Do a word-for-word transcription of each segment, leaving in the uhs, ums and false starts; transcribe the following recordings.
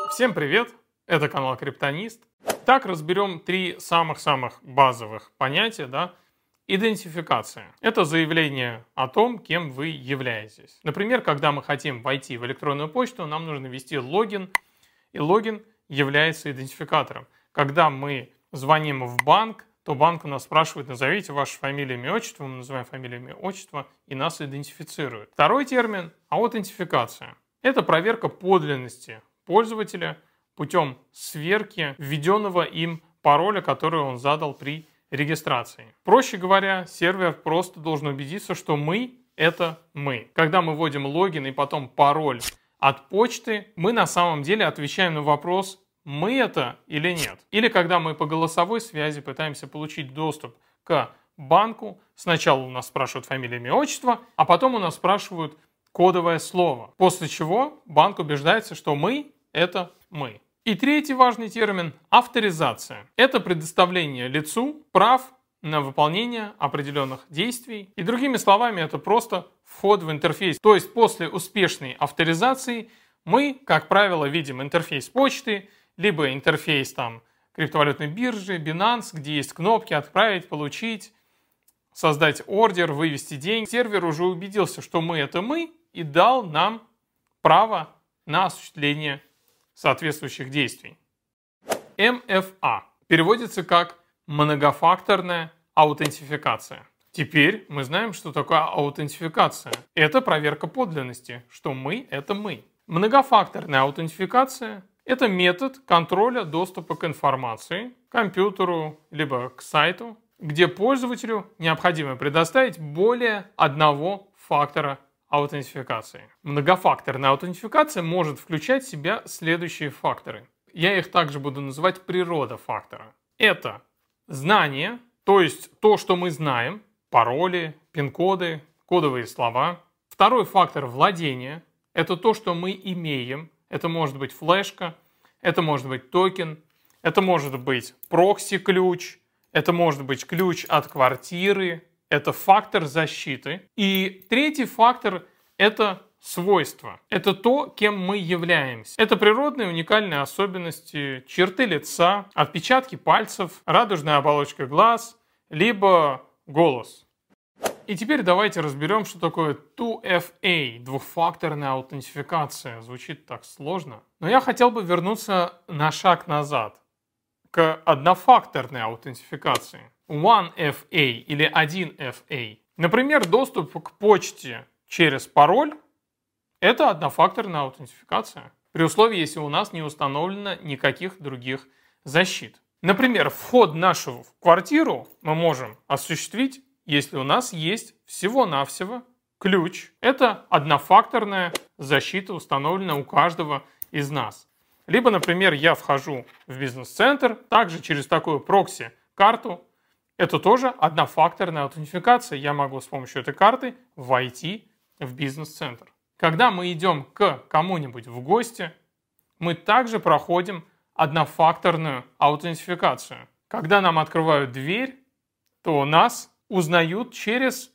Всем привет! Это канал Криптонист. Так, разберем три самых-самых базовых понятия. Да? Идентификация. Это заявление о том, кем вы являетесь. Например, когда мы хотим войти в электронную почту, нам нужно ввести логин, и логин является идентификатором. Когда мы звоним в банк, то банк у нас спрашивает: назовите вашу фамилию, имя, отчество. Мы называем фамилию, имя, отчество, и нас идентифицирует. Второй термин – аутентификация. Это проверка подлинности пользователя путем сверки введенного им пароля, который он задал при регистрации. Проще говоря, сервер просто должен убедиться, что мы – это мы. Когда мы вводим логин и потом пароль от почты, мы на самом деле отвечаем на вопрос: мы это или нет. Или когда мы по голосовой связи пытаемся получить доступ к банку, сначала у нас спрашивают фамилию, имя, отчество, а потом у нас спрашивают кодовое слово. После чего банк убеждается, что мы – это мы. И третий важный термин – авторизация. Это предоставление лицу прав на выполнение определенных действий. И другими словами, это просто вход в интерфейс. То есть после успешной авторизации мы, как правило, видим интерфейс почты, либо интерфейс там криптовалютной биржи, Binance, где есть кнопки «Отправить», «Получить», «Создать ордер», «Вывести деньги». Сервер уже убедился, что мы – это мы, и дал нам право на осуществление соответствующих действий. эм эф а переводится как многофакторная аутентификация. Теперь мы знаем, что такое аутентификация. Это проверка подлинности, что мы – это мы. Многофакторная аутентификация – это метод контроля доступа к информации, к компьютеру, либо к сайту, где пользователю необходимо предоставить более одного фактора аутентификации. Многофакторная аутентификация может включать в себя следующие факторы. Я их также буду называть природа фактора. Это знание, то есть то, что мы знаем, пароли, пин-коды, кодовые слова. Второй фактор – владение. Это то, что мы имеем. Это может быть флешка, это может быть токен, это может быть прокси-ключ, это может быть ключ от квартиры. Это фактор защиты. И третий фактор – это свойства. Это то, кем мы являемся. Это природные уникальные особенности, черты лица, отпечатки пальцев, радужная оболочка глаз, либо голос. И теперь давайте разберем, что такое ту эф эй – двухфакторная аутентификация. Звучит так сложно. Но я хотел бы вернуться на шаг назад к однофакторной аутентификации. один эф эй или один эф эй. Например, доступ к почте через пароль – это однофакторная аутентификация. При условии, если у нас не установлено никаких других защит. Например, вход нашу в квартиру мы можем осуществить, если у нас есть всего-навсего ключ. Это однофакторная защита, установленная у каждого из нас. Либо, например, я вхожу в бизнес-центр, также через такую прокси-карту. Это тоже однофакторная аутентификация. Я могу с помощью этой карты войти в бизнес-центр. Когда мы идем к кому-нибудь в гости, мы также проходим однофакторную аутентификацию. Когда нам открывают дверь, то нас узнают через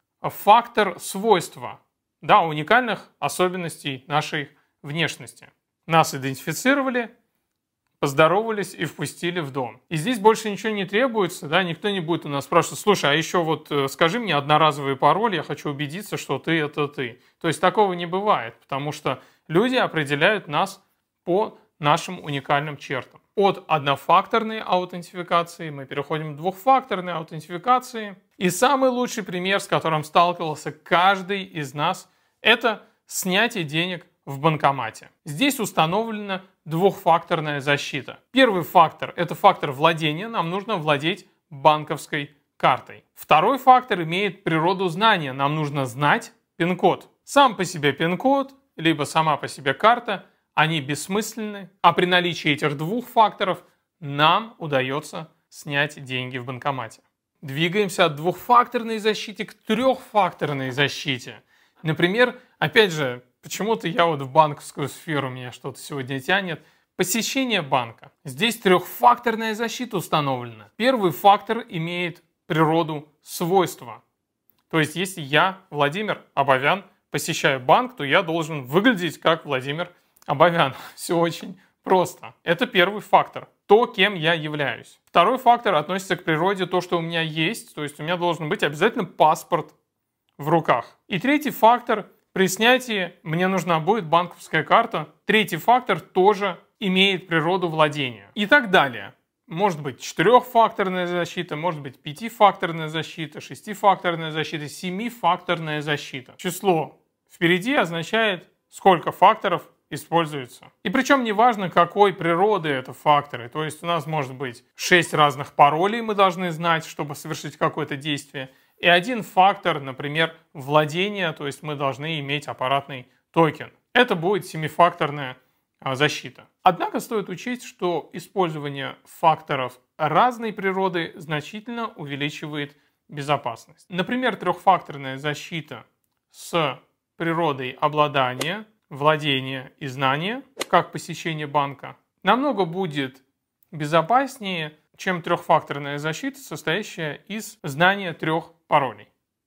фактор свойства, да, уникальных особенностей нашей внешности. Нас идентифицировали, поздоровались и впустили в дом. И здесь больше ничего не требуется, да, никто не будет у нас спрашивать: слушай, а еще вот скажи мне одноразовый пароль, я хочу убедиться, что ты – это ты. То есть такого не бывает, потому что люди определяют нас по нашим уникальным чертам. От однофакторной аутентификации мы переходим к двухфакторной аутентификации. И самый лучший пример, с которым сталкивался каждый из нас, это снятие денег в банкомате. Здесь установлена двухфакторная защита. Первый фактор – это фактор владения. Нам нужно владеть банковской картой. Второй фактор имеет природу знания. Нам нужно знать пин-код. Сам по себе пин-код, либо сама по себе карта, они бессмысленны. А при наличии этих двух факторов нам удается снять деньги в банкомате. Двигаемся от двухфакторной защиты к трехфакторной защите. Например, опять же, почему-то я вот в банковскую сферу, меня что-то сегодня тянет. Посещение банка. Здесь трехфакторная защита установлена. Первый фактор имеет природу свойства. То есть, если я, Владимир Абовян, посещаю банк, то я должен выглядеть как Владимир Абовян. Все очень Просто. Это первый фактор. То, кем я являюсь. Второй фактор относится к природе, то, что у меня есть. То есть у меня должен быть обязательно паспорт в руках. И третий фактор. При снятии мне нужна будет банковская карта. Третий фактор тоже имеет природу владения. И так далее. Может быть четырехфакторная защита, может быть пятифакторная защита, шестифакторная защита, семифакторная защита. Число впереди означает, сколько факторов используется. И причем не важно, какой природы это факторы. То есть у нас может быть шесть разных паролей, мы должны знать, чтобы совершить какое-то действие. И один фактор, например, владения, то есть мы должны иметь аппаратный токен. Это будет семифакторная защита. Однако стоит учесть, что использование факторов разной природы значительно увеличивает безопасность. Например, трехфакторная защита с природой обладания, владения и знания, как посещение банка, намного будет безопаснее, чем трехфакторная защита, состоящая из знания трех паролей.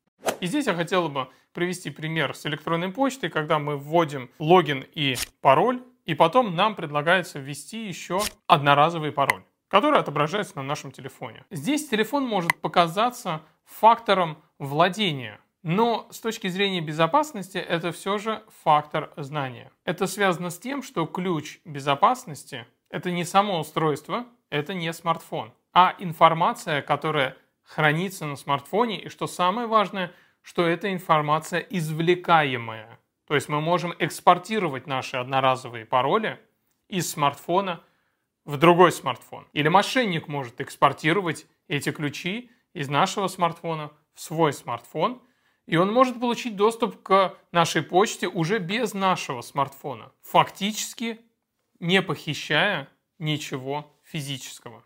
И здесь я хотел бы привести пример с электронной почтой, когда мы вводим логин и пароль, и потом нам предлагается ввести еще одноразовый пароль, который отображается на нашем телефоне. Здесь телефон может показаться фактором владения, но с точки зрения безопасности это все же фактор знания. Это связано с тем, что ключ безопасности – это не само устройство, это не смартфон, а информация, которая хранится на смартфоне, и что самое важное, что эта информация извлекаемая. То есть мы можем экспортировать наши одноразовые пароли из смартфона в другой смартфон. Или мошенник может экспортировать эти ключи из нашего смартфона в свой смартфон, и он может получить доступ к нашей почте уже без нашего смартфона, фактически не похищая ничего физического.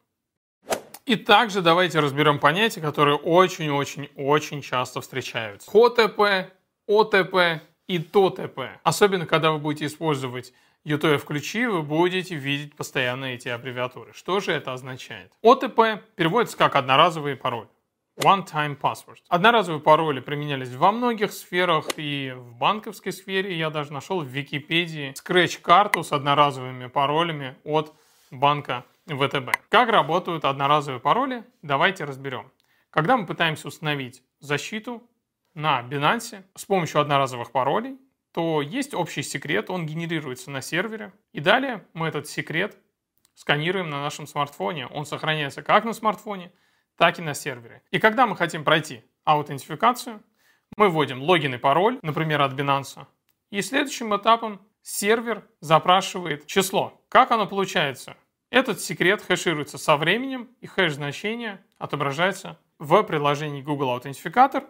И также давайте разберем понятия, которые очень-очень-очень часто встречаются. О Т П, О Т П и Т О Т П. Особенно, когда вы будете использовать ю ти эф-ключи, вы будете видеть постоянно эти аббревиатуры. Что же это означает? О Т П переводится как одноразовый пароль. One-time password. Одноразовые пароли применялись во многих сферах, и в банковской сфере я даже нашел в Википедии скретч-карту с одноразовыми паролями от банка В Т Б. Как работают одноразовые пароли? Давайте разберем. Когда мы пытаемся установить защиту на Binance с помощью одноразовых паролей, то есть общий секрет, он генерируется на сервере. И далее мы этот секрет сканируем на нашем смартфоне. Он сохраняется как на смартфоне, так и на сервере. И когда мы хотим пройти аутентификацию, мы вводим логин и пароль, например, от Binance. И следующим этапом сервер запрашивает число. Как оно получается? Этот секрет хэшируется со временем, и хэш-значение отображается в приложении Google Аутентификатор.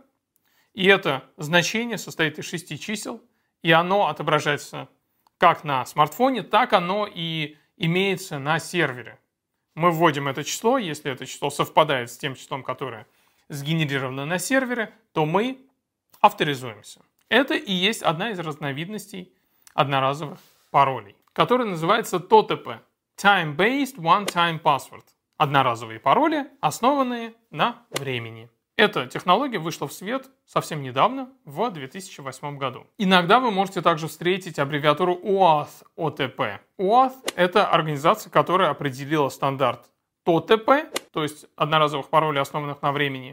И это значение состоит из шести чисел, и оно отображается как на смартфоне, так оно и имеется на сервере. Мы вводим это число, если это число совпадает с тем числом, которое сгенерировано на сервере, то мы авторизуемся. Это и есть одна из разновидностей одноразовых паролей, которая называется Т О Т П. Time-Based One-Time Password. Одноразовые пароли, основанные на времени. Эта технология вышла в свет совсем недавно, в две тысячи восьмом году. Иногда вы можете также встретить аббревиатуру о ат О Т П. о ат – это организация, которая определила стандарт Т О Т П, то есть одноразовых паролей, основанных на времени,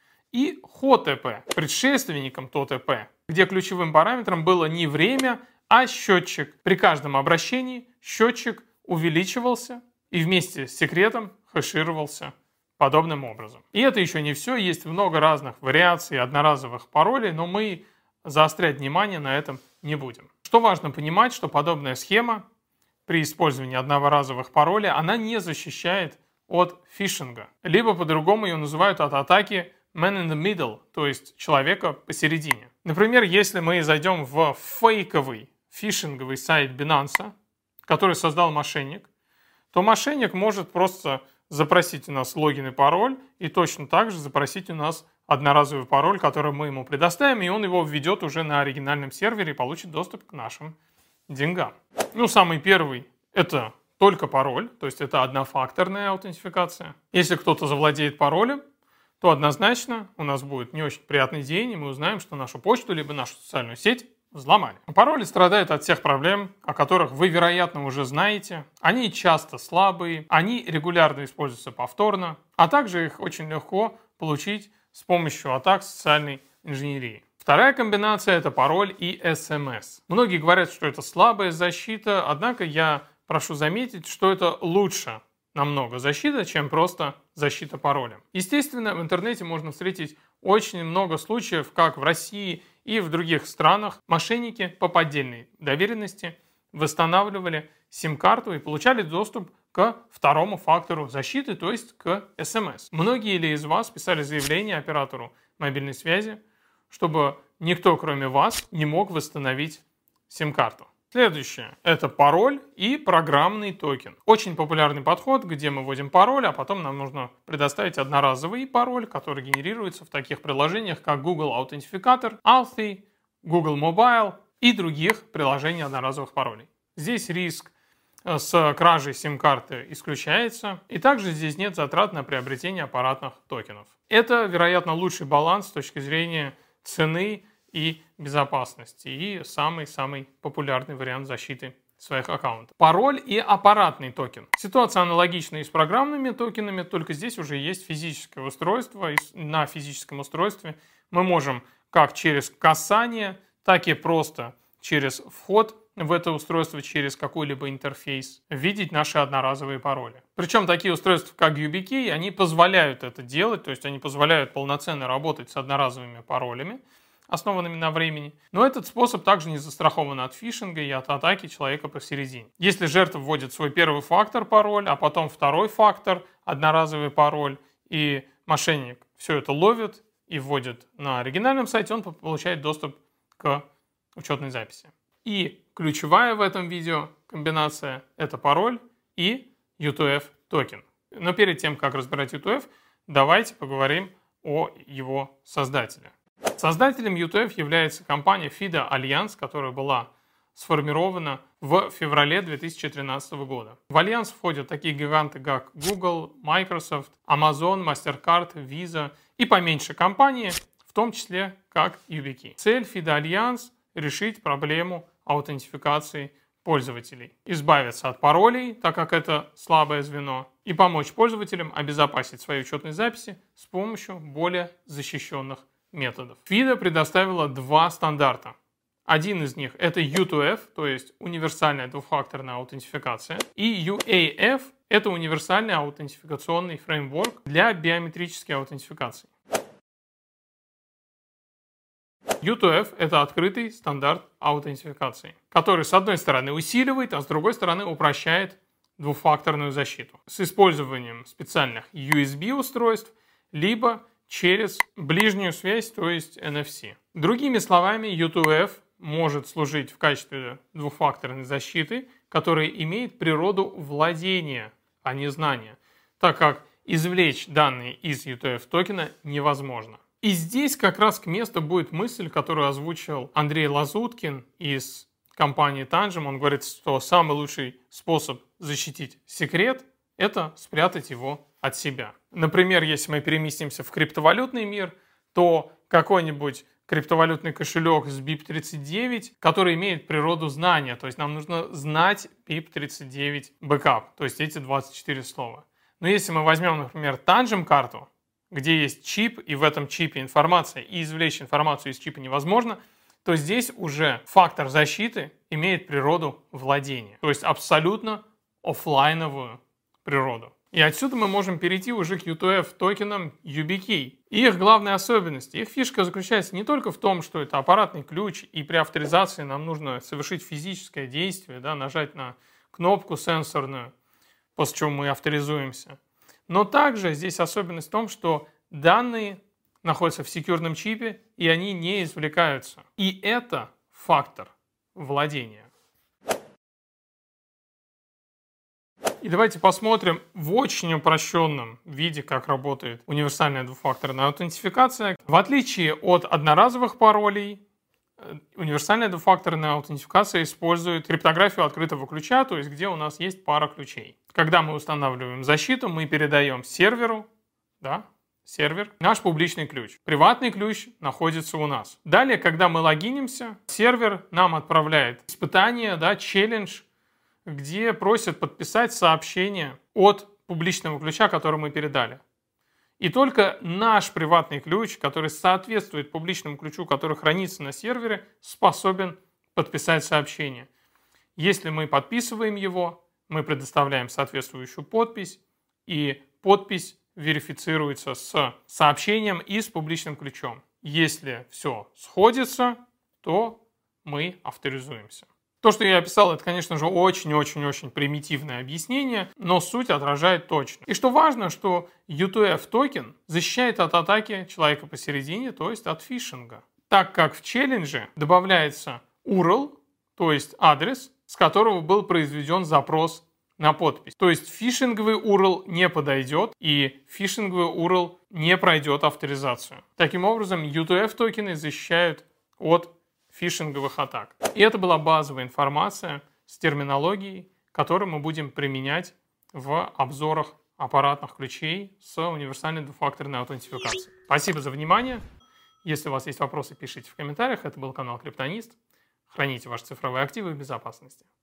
и Х О Т П, предшественником Т О Т П, где ключевым параметром было не время, а счетчик. При каждом обращении счетчик увеличивался и вместе с секретом хэшировался подобным образом. И это еще не все, есть много разных вариаций одноразовых паролей, но мы заострять внимание на этом не будем. Что важно понимать, что подобная схема при использовании одноразовых паролей, она не защищает от фишинга. Либо по-другому ее называют от атаки man in the middle, то есть человека посередине. Например, если мы зайдем в фейковый фишинговый сайт Binance, который создал мошенник, то мошенник может просто запросить у нас логин и пароль, и точно так же запросить у нас одноразовый пароль, который мы ему предоставим, и он его введет уже на оригинальном сервере и получит доступ к нашим деньгам. Ну, самый первый – это только пароль, то есть это однофакторная аутентификация. Если кто-то завладеет паролем, то однозначно у нас будет не очень приятный день, и мы узнаем, что нашу почту либо нашу социальную сеть взломали. Пароли страдают от всех проблем, о которых вы, вероятно, уже знаете. Они часто слабые, они регулярно используются повторно, а также их очень легко получить с помощью атак социальной инженерии. Вторая комбинация – это пароль и эс эм эс. Многие говорят, что это слабая защита, однако я прошу заметить, что это лучше намного защита, чем просто защита паролем. Естественно, в интернете можно встретить очень много случаев, как в России и в других странах мошенники по поддельной доверенности восстанавливали сим-карту и получали доступ к второму фактору защиты, то есть к эс эм эс. Многие ли из вас писали заявление оператору мобильной связи, чтобы никто, кроме вас, не мог восстановить сим-карту? Следующее – это пароль и программный токен. Очень популярный подход, где мы вводим пароль, а потом нам нужно предоставить одноразовый пароль, который генерируется в таких приложениях, как Google Аутентификатор, Authy, Google Mobile и других приложений одноразовых паролей. Здесь риск с кражей сим-карты исключается, и также здесь нет затрат на приобретение аппаратных токенов. Это, вероятно, лучший баланс с точки зрения цены и безопасности, и самый-самый популярный вариант защиты своих аккаунтов. Пароль и аппаратный токен. Ситуация аналогична и с программными токенами, только здесь уже есть физическое устройство, и на физическом устройстве мы можем как через касание, так и просто через вход в это устройство, через какой-либо интерфейс, видеть наши одноразовые пароли. Причем такие устройства, как ю би кей, они позволяют это делать, то есть они позволяют полноценно работать с одноразовыми паролями, основанными на времени. Но этот способ также не застрахован от фишинга и от атаки человека посередине. Если жертва вводит свой первый фактор пароль, а потом второй фактор, одноразовый пароль, и мошенник все это ловит и вводит на оригинальном сайте, он получает доступ к учетной записи. И ключевая в этом видео комбинация – это пароль и ю ту эф токен. Но перед тем, как разбирать ю ту эф, давайте поговорим о его создателе. Создателем ю ту эф является компания FIDO Alliance, которая была сформирована в феврале две тысячи тринадцатого года. В Альянс входят такие гиганты, как Google, Microsoft, Amazon, MasterCard, Visa и поменьше компании, в том числе как ю би кей. Цель FIDO Alliance – решить проблему аутентификации пользователей, избавиться от паролей, так как это слабое звено, и помочь пользователям обезопасить свои учетные записи с помощью более защищенных методов. FIDO предоставила два стандарта. Один из них это ю ту эф, то есть универсальная двухфакторная аутентификация, и ю эй эф это универсальный аутентификационный фреймворк для биометрической аутентификации. ю ту эф это открытый стандарт аутентификации, который с одной стороны усиливает, а с другой стороны упрощает двухфакторную защиту с использованием специальных ю эс би устройств, либо через ближнюю связь, то есть эн эф си. Другими словами, ю ту эф может служить в качестве двухфакторной защиты, которая имеет природу владения, а не знания, так как извлечь данные из ю ту эф токена невозможно. И здесь как раз к месту будет мысль, которую озвучил Андрей Лазуткин из компании Tangem. Он говорит, что самый лучший способ защитить секрет – это спрятать его от себя. Например, если мы переместимся в криптовалютный мир, то какой-нибудь криптовалютный кошелек с бип тридцать девять, который имеет природу знания, то есть нам нужно знать бип тридцать девять бэкап, то есть эти двадцать четыре слова. Но если мы возьмем, например, Tangem карту, где есть чип, и в этом чипе информация, и извлечь информацию из чипа невозможно, то здесь уже фактор защиты имеет природу владения, то есть абсолютно офлайновую природу. И отсюда мы можем перейти уже к ю ту эф токенам ю би кей. И их главная особенность, их фишка заключается не только в том, что это аппаратный ключ, и при авторизации нам нужно совершить физическое действие, да, нажать на кнопку сенсорную, после чего мы авторизуемся. Но также здесь особенность в том, что данные находятся в секьюрном чипе, и они не извлекаются. И это фактор владения. И давайте посмотрим в очень упрощенном виде, как работает универсальная двухфакторная аутентификация. В отличие от одноразовых паролей, универсальная двухфакторная аутентификация использует криптографию открытого ключа, то есть где у нас есть пара ключей. Когда мы устанавливаем защиту, мы передаем серверу, да, сервер, наш публичный ключ. Приватный ключ находится у нас. Далее, когда мы логинимся, сервер нам отправляет испытание, да, челлендж, где просят подписать сообщение от публичного ключа, который мы передали. И только наш приватный ключ, который соответствует публичному ключу, который хранится на сервере, способен подписать сообщение. Если мы подписываем его, мы предоставляем соответствующую подпись, и подпись верифицируется с сообщением и с публичным ключом. Если все сходится, то мы авторизуемся. То, что я описал, это, конечно же, очень-очень-очень примитивное объяснение, но суть отражает точно. И что важно, что ю ти эф токен защищает от атаки человека посередине, то есть от фишинга. Так как в челлендже добавляется ю ар эл, то есть адрес, с которого был произведен запрос на подпись. То есть фишинговый ю ар эл не подойдет, и фишинговый ю ар эл не пройдет авторизацию. Таким образом, ю ти эф токены защищают от фишинговых атак. И это была базовая информация с терминологией, которую мы будем применять в обзорах аппаратных ключей с универсальной двухфакторной аутентификацией. Спасибо за внимание. Если у вас есть вопросы, пишите в комментариях. Это был канал Криптонист. Храните ваши цифровые активы в безопасности.